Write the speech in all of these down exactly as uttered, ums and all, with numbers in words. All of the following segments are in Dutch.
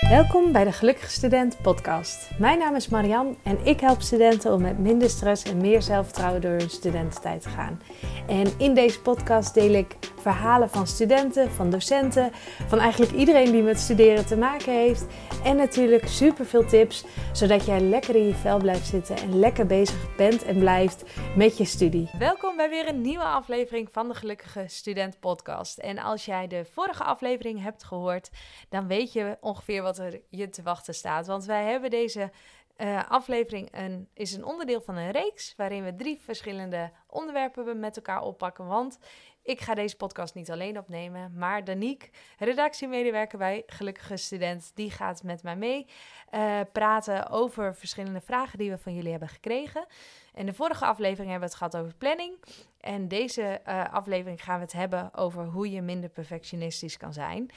Welkom bij de Gelukkige Student podcast. Mijn naam is Marianne en ik help studenten om met minder stress en meer zelfvertrouwen door hun studententijd te gaan. En in deze podcast deel ik verhalen van studenten, van docenten, van eigenlijk iedereen die met studeren te maken heeft. En natuurlijk superveel tips, zodat jij lekker in je vel blijft zitten en lekker bezig bent en blijft met je studie. Welkom bij weer een nieuwe aflevering van de Gelukkige Student podcast. En als jij de vorige aflevering hebt gehoord, dan weet je ongeveer wat er je te wachten staat. Want wij hebben deze uh, aflevering een, is een onderdeel van een reeks waarin we drie verschillende onderwerpen met elkaar oppakken. Want ik ga deze podcast niet alleen opnemen, maar Danique, redactiemedewerker bij Gelukkige Student, die gaat met mij mee uh, praten over verschillende vragen die we van jullie hebben gekregen. In de vorige aflevering hebben we het gehad over planning. En deze uh, aflevering gaan we het hebben over hoe je minder perfectionistisch kan zijn.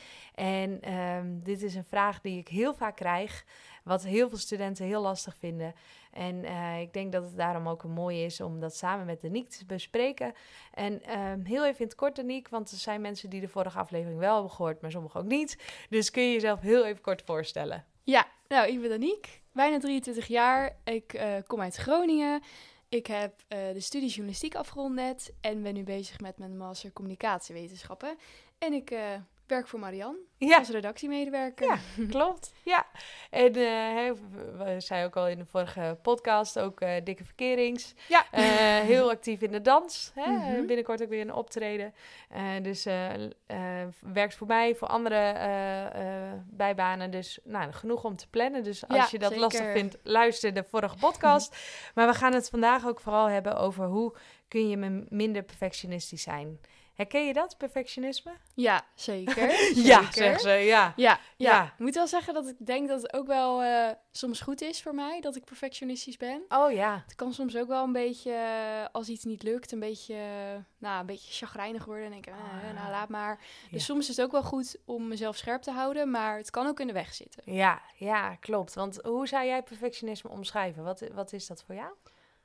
En um, dit is een vraag die ik heel vaak krijg, wat heel veel studenten heel lastig vinden. En uh, ik denk dat het daarom ook een mooie is om dat samen met Danique te bespreken. En um, heel even in het kort, Danique, want er zijn mensen die de vorige aflevering wel hebben gehoord, maar sommigen ook niet. Dus kun je jezelf heel even kort voorstellen? Ja, nou, ik ben Danique, bijna drieëntwintig jaar. Ik uh, kom uit Groningen. Ik heb uh, de studie journalistiek afgerond net en ben nu bezig met mijn master communicatiewetenschappen. En ik uh, werk voor Marianne ja. als redactiemedewerker. Ja, klopt. Ja. En uh, we zeiden ook al in de vorige podcast, ook uh, Dikke Verkerings. Ja. Uh, heel actief in de dans. Hè? Mm-hmm. Binnenkort ook weer een optreden. Uh, dus uh, uh, werkt voor mij, voor andere uh, uh, bijbanen. Dus nou, genoeg om te plannen. Dus als ja, je dat zeker. lastig vindt, luister de vorige podcast. Maar we gaan het vandaag ook vooral hebben over hoe kun je minder perfectionistisch zijn. Herken je dat, perfectionisme? Ja, zeker. zeker. Ja, zeg ze, ja. Ja, ja. ja. Ik moet wel zeggen dat ik denk dat het ook wel uh, soms goed is voor mij, dat ik perfectionistisch ben. Oh ja. Het kan soms ook wel een beetje, uh, als iets niet lukt, een beetje, uh, nou, een beetje chagrijnig worden. En denk ik, uh, uh, nou, laat maar. Dus ja. Soms is het ook wel goed om mezelf scherp te houden, maar het kan ook in de weg zitten. Ja, ja, klopt. Want hoe zou jij perfectionisme omschrijven? Wat, wat is dat voor jou?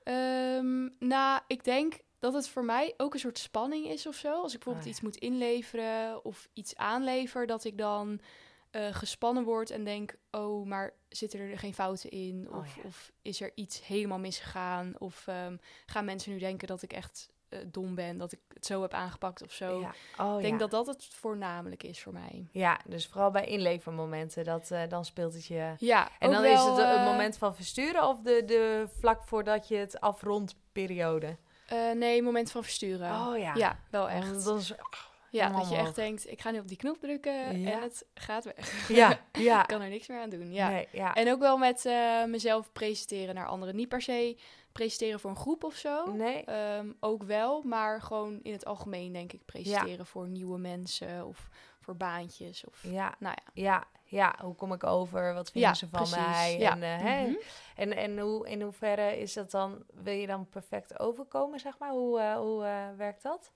Um, nou, ik denk dat het voor mij ook een soort spanning is of zo. Als ik bijvoorbeeld oh, ja. iets moet inleveren of iets aanlever, dat ik dan uh, gespannen word en denk, oh, maar zitten er geen fouten in? Of, oh, ja. of is er iets helemaal misgegaan? Of um, gaan mensen nu denken dat ik echt uh, dom ben, dat ik het zo heb aangepakt of zo? Ja. Oh, ik denk ja. dat dat het voornamelijk is voor mij. Ja, dus vooral bij inlevermomenten, dat, uh, dan speelt het je... Ja, en dan wel, is het het uh, moment van versturen of de, de vlak voordat je het afrondt periode? Uh, nee, moment van versturen. Oh ja. Ja, wel echt. Dat is, oh, ja, dat je echt denkt, ik ga nu op die knop drukken ja. en het gaat weg. Ja, ja. Ik kan er niks meer aan doen. Ja. Nee, ja. En ook wel met uh, mezelf presenteren naar anderen. Niet per se presenteren voor een groep of zo. Nee. Um, ook wel, maar gewoon in het algemeen denk ik presenteren ja. voor nieuwe mensen of voor baantjes. Of, ja. Nou ja. Ja. Ja, hoe kom ik over? Wat vinden ja, ze van precies. mij? Ja. En, uh, mm-hmm. hè? en, en hoe, in hoeverre is dat dan, wil je dan perfect overkomen, zeg maar? Hoe, uh, hoe uh, werkt dat?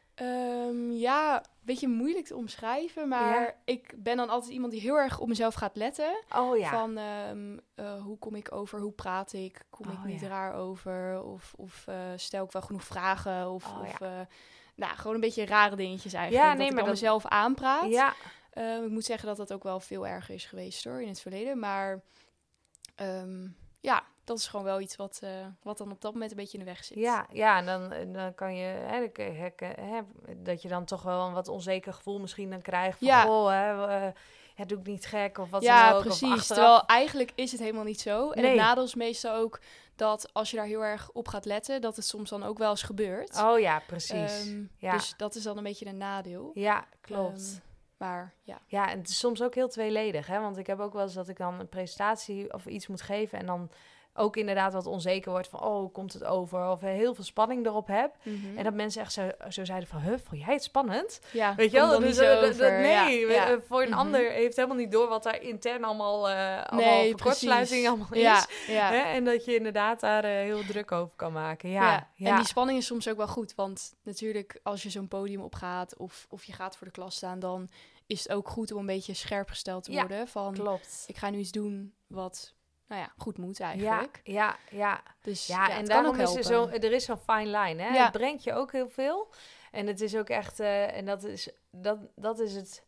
Um, ja, een beetje moeilijk te omschrijven, maar ja. ik ben dan altijd iemand die heel erg op mezelf gaat letten. Oh ja. Van um, uh, hoe kom ik over, hoe praat ik, kom oh, ik niet ja. raar over? Of, of uh, stel ik wel genoeg vragen? Of, oh, of ja. uh, nou, gewoon een beetje rare dingetjes eigenlijk. Ja, dat nee, ik maar dan dat... mezelf aanpraat. Ja. Um, ik moet zeggen dat dat ook wel veel erger is geweest hoor, in het verleden. Maar um, ja, dat is gewoon wel iets wat, uh, wat dan op dat moment een beetje in de weg zit. Ja, ja en dan, dan kan je, hè, hè, dat je dan toch wel een wat onzeker gevoel misschien dan krijgt. Van, ja. oh, hè, uh, ja, doe ik niet gek of wat ja, dan ook. precies. Terwijl eigenlijk is het helemaal niet zo. En nee. het nadeel is meestal ook dat als je daar heel erg op gaat letten, dat het soms dan ook wel eens gebeurt. Oh ja, precies. Um, ja. Dus dat is dan een beetje een nadeel. Ja, klopt. Um, Maar ja. Ja, en het is soms ook heel tweeledig, hè? Want ik heb ook wel eens dat ik dan een presentatie of iets moet geven en dan ook inderdaad wat onzeker wordt van, oh, hoe komt het over? Of heel veel spanning erop heb. Mm-hmm. En dat mensen echt zo, zo zeiden van, huh, vond jij het spannend? Ja, weet je wel? Dan Dus, niet zo dat, over. dat, nee, ja, ja. voor een mm-hmm. ander heeft helemaal niet door wat daar intern allemaal, uh, allemaal nee, voor kortsluiting allemaal ja, is. Ja. Hè? En dat je inderdaad daar uh, heel druk over kan maken. Ja, ja. ja. En die spanning is soms ook wel goed. Want natuurlijk, als je zo'n podium opgaat of, of je gaat voor de klas staan, dan is het ook goed om een beetje scherp gesteld te worden. Ja, van, klopt. Ik ga nu iets doen wat, nou ja, goed moet eigenlijk. Ja, ja, ja. Dus ja, ja, en daarom is er, zo, er is zo'n fine line, hè? Ja. Het brengt je ook heel veel. En het is ook echt, uh, en dat is, dat, dat is het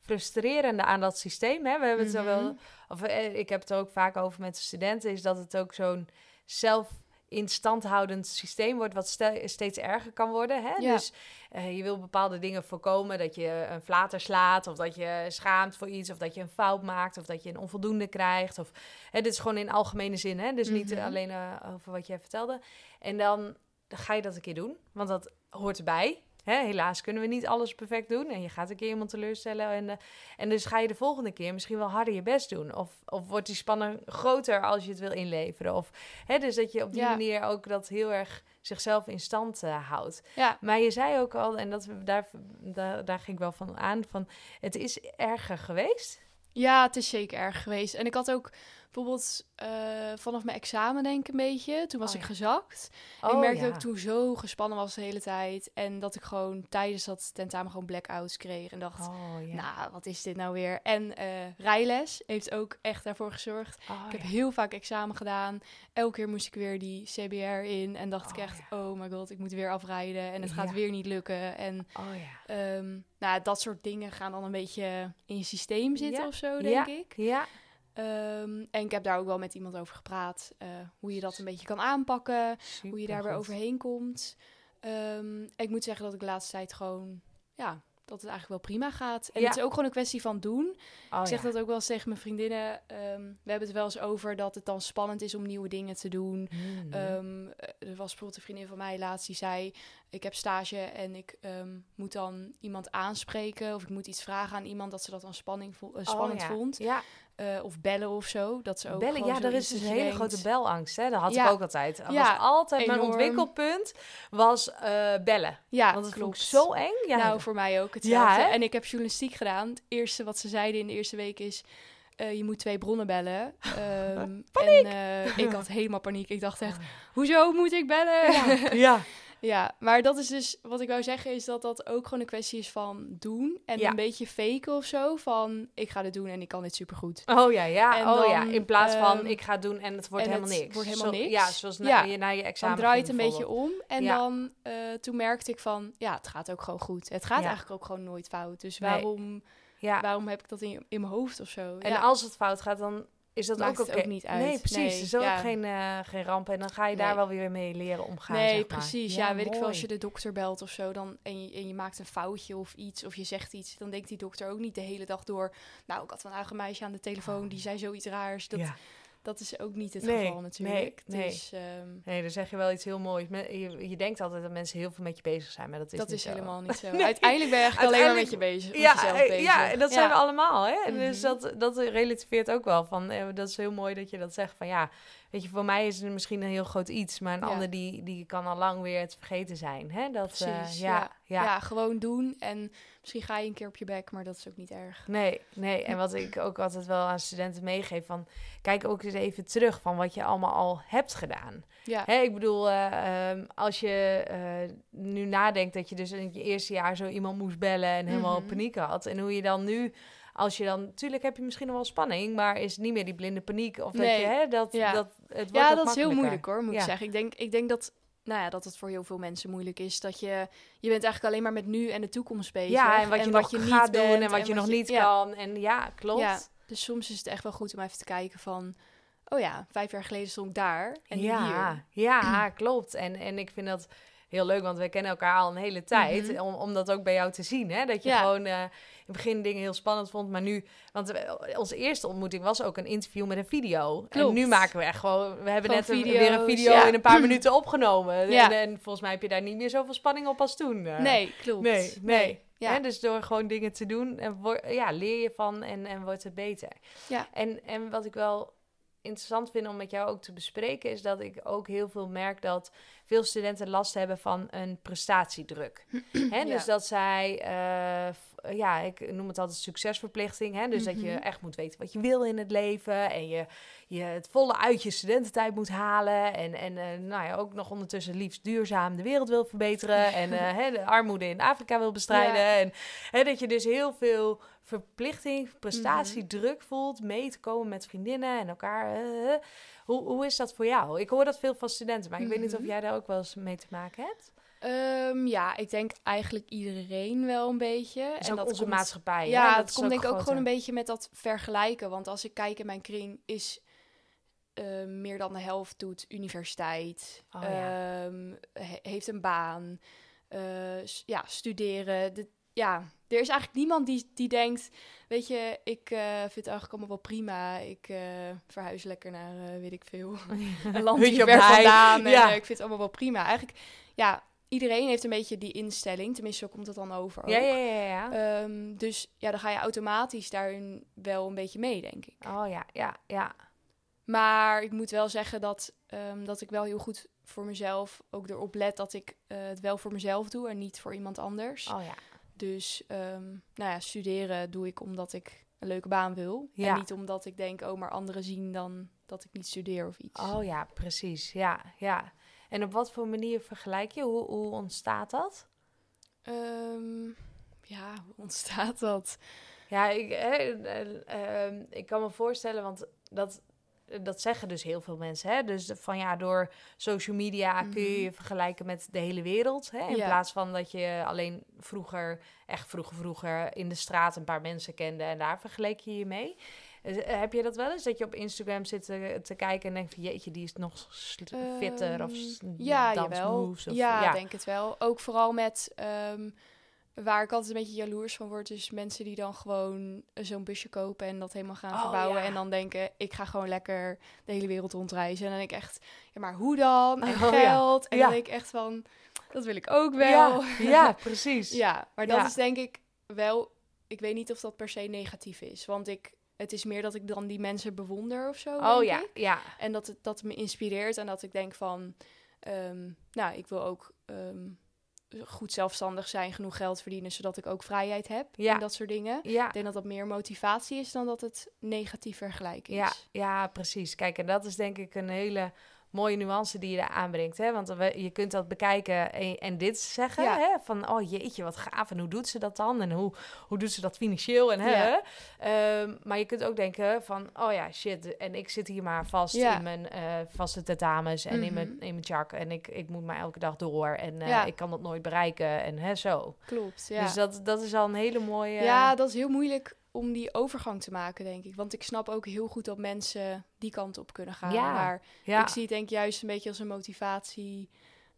frustrerende aan dat systeem, hè, we hebben het Mhm. zo wel, of eh, ik heb het er ook vaak over met de studenten, is dat het ook zo'n zelf in stand houdend systeem wordt, wat ste- steeds erger kan worden. Hè? Ja. Dus uh, je wil bepaalde dingen voorkomen, dat je een flater slaat, of dat je schaamt voor iets, of dat je een fout maakt, of dat je een onvoldoende krijgt. Of, hè, dit is gewoon in algemene zin, hè? Dus niet uh, Mhm. alleen uh, over wat jij vertelde. En dan, dan ga je dat een keer doen, want dat hoort erbij. Hè, helaas kunnen we niet alles perfect doen. En je gaat een keer iemand teleurstellen. En, uh, en dus ga je de volgende keer misschien wel harder je best doen. Of, of wordt die spanning groter als je het wil inleveren. Of, hè, dus dat je op die Ja. manier ook dat heel erg zichzelf in stand uh, houdt. Ja. Maar je zei ook al, en dat, daar, daar, daar ging ik wel van aan, van het is erger geweest. Ja, het is zeker erg geweest. En ik had ook bijvoorbeeld uh, vanaf mijn examen denk ik een beetje. Toen was Oh, ik ja. gezakt. Oh, ik merkte ja. ook toen zo gespannen was de hele tijd. En dat ik gewoon tijdens dat tentamen gewoon blackouts kreeg. En dacht, Oh, ja. nou, wat is dit nou weer? En uh, rijles heeft ook echt daarvoor gezorgd. Oh, ik heb ja. heel vaak examen gedaan. Elke keer moest ik weer die C B R in. En dacht Oh, ik echt, ja. oh my god, ik moet weer afrijden. En het gaat Ja. weer niet lukken. En Oh, ja. um, nou, dat soort dingen gaan dan een beetje in je systeem zitten Ja. of zo, denk Ja. ik. Ja. Um, en ik heb daar ook wel met iemand over gepraat. Uh, hoe je dat een beetje kan aanpakken. Super hoe je daar weer goed. overheen komt. Um, ik moet zeggen dat ik de laatste tijd gewoon... ja, dat het eigenlijk wel prima gaat. En Ja. het is ook gewoon een kwestie van doen. Oh, ik zeg ja. dat ook wel eens tegen mijn vriendinnen. Um, we hebben het wel eens over dat het dan spannend is om nieuwe dingen te doen. Mm. Um, er was bijvoorbeeld een vriendin van mij laatst die zei... ik heb stage en ik um, moet dan iemand aanspreken... of ik moet iets vragen aan iemand dat ze dat dan spanning vo- uh, spannend oh, ja. vond. Ja. Uh, of bellen of zo. Dat ze ook Bellen, ja, er is dus een hele denkt, grote belangst. Hè? Dat had Ja. ik ook altijd. Dat Ja, was altijd mijn enorm. ontwikkelpunt, was uh, bellen. Ja, Want dat vond klopt. ik zo eng. Ja, Nou, voor mij ook hetzelfde. Ja, hè? En ik heb journalistiek gedaan. Het eerste wat ze zeiden in de eerste week is... Uh, je moet twee bronnen bellen. Um, Paniek! En uh, ik had helemaal paniek. Ik dacht echt, hoezo moet ik bellen? Ja, ja. Ja, maar dat is dus, wat ik wou zeggen, is dat dat ook gewoon een kwestie is van doen. En Ja. een beetje faken of zo. Van, ik ga dit doen en ik kan dit supergoed. Oh ja, ja. En oh dan, ja. In plaats van, um, ik ga het doen en het wordt en helemaal het niks. wordt helemaal Zo- niks. Ja, zoals na, Ja. je na je examen Dan draait het ging een beetje bijvoorbeeld. om. En Ja. dan, uh, toen merkte ik van, ja, het gaat ook gewoon goed. Het gaat Ja. eigenlijk ook gewoon nooit fout. Dus Nee. waarom, Ja. waarom heb ik dat in, in mijn hoofd of zo? En ja. als het fout gaat, dan is dat Maakt ook het oké. ook niet uit. Nee, precies. Nee, Er is ook ja. geen, uh, geen ramp. En dan ga je daar Nee. wel weer mee leren omgaan, Nee, zeg maar. precies. Ja, weet ik veel, mooi. als je de dokter belt of zo dan, en, je, en je maakt een foutje of iets, of je zegt iets, dan denkt die dokter ook niet de hele dag door. Nou, ik had vandaag een meisje aan de telefoon, die zei zoiets raars. Dat, Ja. dat is ook niet het Nee, geval natuurlijk. nee, nee. Dus um, Nee, dan zeg je wel iets heel moois. Me- Je, je denkt altijd dat mensen heel veel met je bezig zijn, maar dat is dat niet is zo. helemaal niet zo. Nee. Uiteindelijk ben je eigenlijk alleen maar met je Uiteindelijk- bezig, met Ja, jezelf eh, bezig. ja, dat zijn Ja. we allemaal. Hè? En Dus Mhm. dat, dat relativeert ook wel. Van, eh, dat is heel mooi dat je dat zegt. Van ja, weet je, voor mij is het misschien een heel groot iets, maar een Ja. ander die, die kan al lang weer het vergeten zijn. Hè? Dat, Precies, eh, ja. ja, ja. Ja, gewoon doen. En misschien ga je een keer op je bek, maar dat is ook niet erg. Nee, nee. En wat ik ook altijd wel aan studenten meegeef, van kijk ook eens even terug van wat je allemaal al hebt gedaan. Ja, Hè, ik bedoel, uh, um, als je uh, nu nadenkt dat je dus in je eerste jaar zo iemand moest bellen en helemaal Mhm. paniek had. En hoe je dan nu, als je dan, natuurlijk heb je misschien nog wel spanning, maar is het niet meer die blinde paniek. Of dat Nee. je, hè, dat, Ja. dat het wordt ja ook dat is heel makkelijker. moeilijk hoor, moet Ja. ik zeggen. Ik denk, ik denk dat, nou ja, dat het voor heel veel mensen moeilijk is. Dat je, je bent eigenlijk alleen maar met nu en de toekomst bezig. Ja, en wat je nog niet gaat doen bent en wat je nog niet ja. kan. En ja, klopt. Ja, dus soms is het echt wel goed om even te kijken van... oh ja, vijf jaar geleden stond ik daar en nu ja, hier. ja, klopt. En, en ik vind dat heel leuk, want we kennen elkaar al een hele tijd. Mhm. om, om dat ook bij jou te zien, hè? Dat je Ja. gewoon uh, in het begin dingen heel spannend vond, maar nu... Want we, onze eerste ontmoeting was ook een interview met een video. Klopt. En nu maken we echt gewoon... We hebben Gewoon net een, video's, weer een video ja. in een paar minuten opgenomen. Ja. En, en volgens mij heb je daar niet meer zoveel spanning op als toen. uh. Nee, klopt. Nee, nee. Ja. Hè, dus door gewoon dingen te doen, en wor- ja, leer je van en, en wordt het beter. Ja. En, en wat ik wel interessant vind om met jou ook te bespreken, is dat ik ook heel veel merk dat veel studenten last hebben van een prestatiedruk. Hè, dus Ja. dat zij, uh, f- ja, ik noem het altijd succesverplichting. Hè, dus dat je Mhm. echt moet weten wat je wil in het leven en je, je het volle uit je studententijd moet halen. En, en uh, nou ja, ook nog ondertussen liefst duurzaam de wereld wil verbeteren en uh, hè, de armoede in Afrika wil bestrijden. Ja. En hè, dat je dus heel veel verplichting, prestatiedruk voelt, mee te komen met vriendinnen en elkaar. Uh, hoe, hoe is dat voor jou? Ik hoor dat veel van studenten, maar ik weet niet of Mhm. jij daar ook wel eens mee te maken hebt. Um, ja, ik denk eigenlijk iedereen wel een beetje. Dat is en ook dat onze komt, maatschappij. Ja, hè? dat, dat komt denk ik ook groter. gewoon een beetje met dat vergelijken. Want als ik kijk in mijn kring, is uh, meer dan de helft doet universiteit. Oh, ja. um, he- heeft een baan. Uh, s- ja, studeren. De, ja, er is eigenlijk niemand die, die denkt... Weet je, ik uh, vind het eigenlijk allemaal wel prima. Ik uh, verhuis lekker naar, uh, weet ik veel, een land hier ver vandaan. En ja. uh, ik vind het allemaal wel prima. Eigenlijk, ja... Iedereen heeft een beetje die instelling. Tenminste, zo komt het dan over ook. Ja, ja, ja. ja. Um, dus ja, dan ga je automatisch daarin wel een beetje mee, denk ik. Oh ja, ja, ja. Maar ik moet wel zeggen dat, um, dat ik wel heel goed voor mezelf ook erop let... dat ik uh, het wel voor mezelf doe en niet voor iemand anders. Oh ja. Dus um, nou ja, studeren doe ik omdat ik een leuke baan wil. Ja. En niet omdat ik denk, oh, maar anderen zien dan dat ik niet studeer of iets. Oh ja, precies. Ja, ja. En op wat voor manier vergelijk je? Hoe, hoe ontstaat dat? Um, ja, hoe ontstaat dat? Ja, ik, eh, uh, uh, ik kan me voorstellen, want dat, dat zeggen dus heel veel mensen. Hè? Dus van ja, door social media mm-hmm. kun je je vergelijken met de hele wereld. Hè? In ja. plaats van dat je alleen vroeger, echt vroeger, vroeger in de straat een paar mensen kende en daar vergeleek je je mee. Heb je dat wel eens? Dat je op Instagram zit te, te kijken en denkt van jeetje, die is nog sl- fitter of um, ja, dansmoves? Of, ja, ja, denk het wel. Ook vooral met um, waar ik altijd een beetje jaloers van word, dus mensen die dan gewoon zo'n busje kopen en dat helemaal gaan oh, verbouwen ja. en dan denken, ik ga gewoon lekker de hele wereld rondreizen. En dan denk ik echt, ja, maar hoe dan? En oh, geld. Ja. En ja. dan denk ik echt van, dat wil ik ook wel. Ja, ja precies. ja, maar dat ja. is denk ik wel, ik weet niet of dat per se negatief is, want ik Het is meer dat ik dan die mensen bewonder of zo. Oh ja, ik. ja. En dat het dat me inspireert en dat ik denk van... Um, nou, ik wil ook um, goed zelfstandig zijn, genoeg geld verdienen... zodat ik ook vrijheid heb ja. en dat soort dingen. Ja. Ik denk dat dat meer motivatie is dan dat het negatief vergelijken is. Ja, ja, precies. Kijk, en dat is denk ik een hele... mooie nuance die je daar aanbrengt, hè? Want we, je kunt dat bekijken en, en dit zeggen, ja. hè? Van, oh jeetje, wat gaaf. En hoe doet ze dat dan? En hoe, hoe doet ze dat financieel? En, hè? Ja. Um, maar je kunt ook denken van, oh ja, shit. En ik zit hier maar vast ja. in mijn uh, vaste tentamens en mm-hmm. in mijn, in mijn chak. En ik, ik moet maar elke dag door. En uh, ja. ik kan dat nooit bereiken. En hè, zo. Klopt, ja. Dus dat, dat is al een hele mooie... Ja, dat is heel moeilijk om die overgang te maken, denk ik. Want ik snap ook heel goed dat mensen die kant op kunnen gaan. Ja, maar ja. ik zie het denk ik juist een beetje als een motivatie.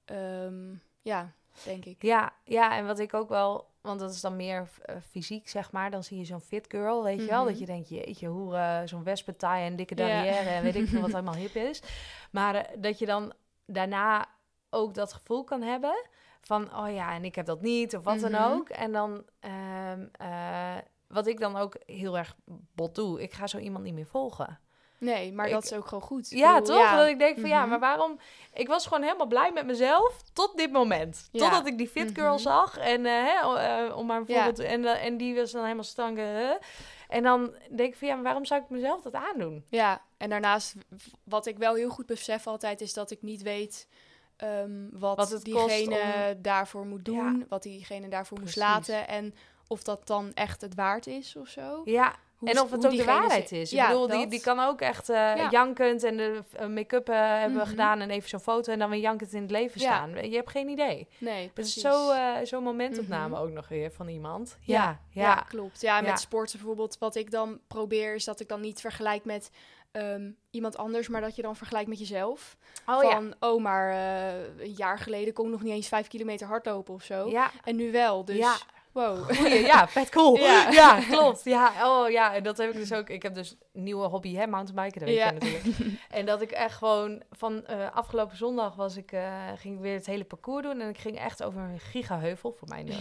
Um, ja, denk ik. Ja, ja, en wat ik ook wel... Want dat is dan meer uh, fysiek, zeg maar. Dan zie je zo'n fit girl, weet je mm-hmm. wel. Dat je denkt, jeetje, hoe uh, zo'n wespentaille en dikke derrière... Ja. en weet ik veel wat helemaal hip is. Maar uh, dat je dan daarna ook dat gevoel kan hebben... van, oh ja, en ik heb dat niet, of wat mm-hmm. dan ook. En dan... Um, uh, wat ik dan ook heel erg bot doe, ik ga zo iemand niet meer volgen. Nee, maar ik, dat is ook gewoon goed. Ja, bedoel, toch? Ja. Dat ik denk van mm-hmm. ja, maar waarom... Ik was gewoon helemaal blij met mezelf tot dit moment. Ja. Totdat ik die fit girl mm-hmm. zag. En uh, hè, uh, om maar een voorbeeld... Ja. En, uh, en die was dan helemaal stanken. Uh, en dan denk ik van ja, maar waarom zou ik mezelf dat aandoen? Ja, en daarnaast, wat ik wel heel goed besef altijd, is dat ik niet weet... Um, wat, wat het diegene om... daarvoor moet doen. Ja. Wat diegene daarvoor Precies. moest laten. En... of dat dan echt het waard is of zo. Ja, hoe, en of het ook de waarheid is. Ja, ik bedoel, die, die kan ook echt uh, ja. jankend en de uh, make-up uh, hebben mm-hmm. gedaan... en even zo'n foto en dan weer jankend in het leven ja. staan. Je hebt geen idee. Nee, Het precies. is zo, uh, zo'n momentopname mm-hmm. ook nog weer van iemand. Ja, ja, ja. ja klopt. Ja, met ja. sporten bijvoorbeeld. Wat ik dan probeer is dat ik dan niet vergelijk met... Um, iemand anders, maar dat je dan vergelijkt met jezelf. Oh, van, ja. oh, maar uh, een jaar geleden kon ik nog niet eens vijf kilometer hardlopen of zo. Ja. En nu wel, dus... Ja. Wow. Goeie, ja, vet cool. Ja. ja, klopt. Ja, oh ja, en dat heb ik dus ook. Ik heb dus een nieuwe hobby, hè, mountainbiken, dat weet ja. je natuurlijk. En dat ik echt gewoon van uh, afgelopen zondag was ik, uh, ging ik weer het hele parcours doen en ik ging echt over een gigaheuvel voor mijn. Uh,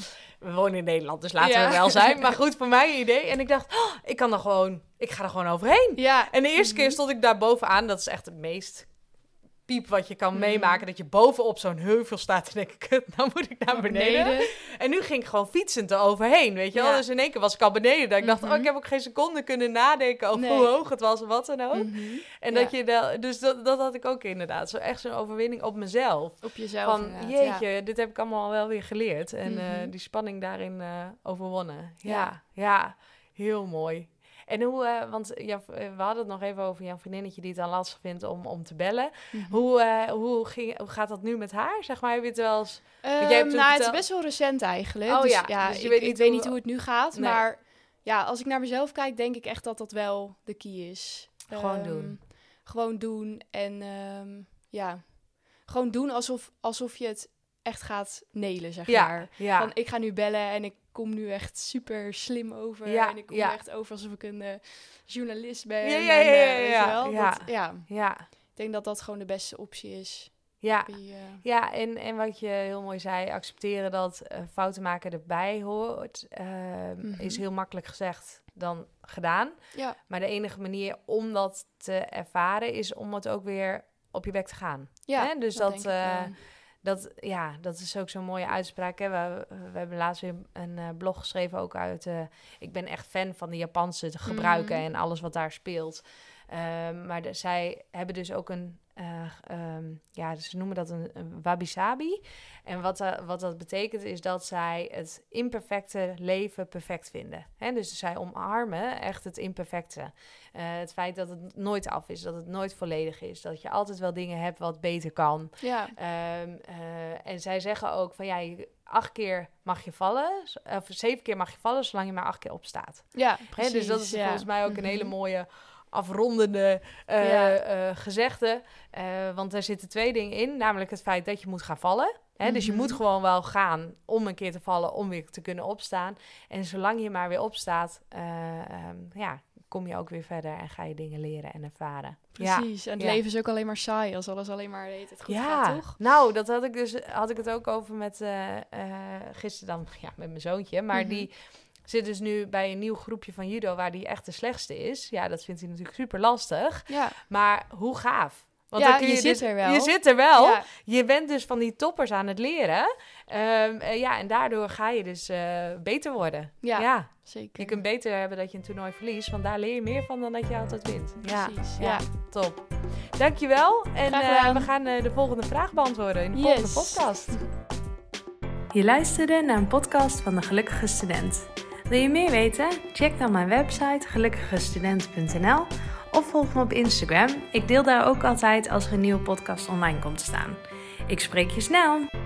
we wonen in Nederland, dus laten ja. we wel zijn. Maar goed, voor mijn idee. En ik dacht, oh, ik kan er gewoon, ik ga er gewoon overheen. Ja. En de eerste mm-hmm. keer stond ik daar bovenaan. Dat is echt het meest piep wat je kan mm. meemaken, dat je bovenop zo'n heuvel staat en denk ik, kut, nou moet ik naar beneden. beneden. En nu ging ik gewoon fietsend er overheen, weet je wel. Ja. Dus in één keer was ik al beneden. Dat ik mm-hmm. dacht, oh, ik heb ook geen seconde kunnen nadenken over nee. hoe hoog het was of wat dan ook. Mm-hmm. En ja. dat je da- dus dat, dat had ik ook inderdaad. Zo echt zo'n overwinning op mezelf. Op jezelf. Van, jeetje, ja. dit heb ik allemaal wel weer geleerd. En mm-hmm. uh, die spanning daarin uh, overwonnen. Ja, ja, ja, heel mooi. En hoe, uh, want ja, we hadden het nog even over jouw vriendinnetje die het dan lastig vindt om, om te bellen. Mm-hmm. Hoe, uh, hoe, ging, hoe gaat dat nu met haar? Zeg maar, heb je het wel eens... Um, nou, verteld... het is best wel recent eigenlijk. Oh dus, ja, ja dus je ik, weet ik niet weet hoe... niet hoe het nu gaat, nee. maar ja, als ik naar mezelf kijk, denk ik echt dat dat wel de key is. Gewoon um, doen. Gewoon doen en um, ja, gewoon doen alsof, alsof je het echt gaat nailen, zeg ja, maar. Ja. Van, ik ga nu bellen en ik kom nu echt super slim over. Ja, en ik kom ja. echt over alsof ik een uh, journalist ben. Ja, ja, en, uh, ja, ja, weet ja, je wel? ja. Dat, ja. ja. Ik denk dat dat gewoon de beste optie is. Ja, Die, uh... ja en, en wat je heel mooi zei, accepteren dat uh, fouten maken erbij hoort, uh, mm-hmm. is heel makkelijk gezegd dan gedaan. Ja. Maar de enige manier om dat te ervaren is om het ook weer op je bek te gaan. Ja, Hè? Dus dat, dat, denk uh, ik, ja. dat, ja, dat is ook zo'n mooie uitspraak. Hè? We, we hebben laatst weer een uh, blog geschreven ook uit... Uh, ik ben echt fan van de Japanse te gebruiken mm-hmm. en alles wat daar speelt. Uh, maar de, zij hebben dus ook een... Uh, um, ja, ze noemen dat een, een wabi-sabi. En wat, uh, wat dat betekent is dat zij het imperfecte leven perfect vinden. Hè? Dus zij omarmen echt het imperfecte. Uh, het feit dat het nooit af is, dat het nooit volledig is. Dat je altijd wel dingen hebt wat beter kan. Ja. Um, uh, en zij zeggen ook van ja, je, acht keer mag je vallen. Of zeven keer mag je vallen, zolang je maar acht keer opstaat. Ja, precies. Hè? Dus dat is ja. volgens mij ook mm-hmm. een hele mooie... afrondende uh, ja. uh, gezegde. Uh, want er zitten twee dingen in. Namelijk het feit dat je moet gaan vallen. Hè? Mm-hmm. Dus je moet gewoon wel gaan om een keer te vallen, om weer te kunnen opstaan. En zolang je maar weer opstaat, uh, um, ja, kom je ook weer verder en ga je dingen leren en ervaren. Precies. Ja. En het ja. leven is ook alleen maar saai als alles alleen maar heet het goed ja. gaat, toch? Nou, dat had ik dus had ik het ook over met uh, uh, gisteren dan ja, met mijn zoontje. Maar mm-hmm. die zit dus nu bij een nieuw groepje van judo waar die echt de slechtste is. Ja, dat vindt hij natuurlijk super lastig. Ja. Maar hoe gaaf. Want ja, dan kun je, je zit dus, er wel. Je zit er wel. Ja. Je bent dus van die toppers aan het leren. Um, uh, ja, en daardoor ga je dus uh, beter worden. Ja, ja, zeker. Je kunt beter hebben dat je een toernooi verliest. Want daar leer je meer van dan dat je altijd wint. Precies, ja. ja. ja. Top. Dankjewel. En uh, we gaan uh, de volgende vraag beantwoorden in de yes. volgende podcast. Je luisterde naar een podcast van De Gelukkige Student. Wil je meer weten? Check dan mijn website gelukkigestudent punt n l of volg me op Instagram. Ik deel daar ook altijd als er een nieuwe podcast online komt te staan. Ik spreek je snel!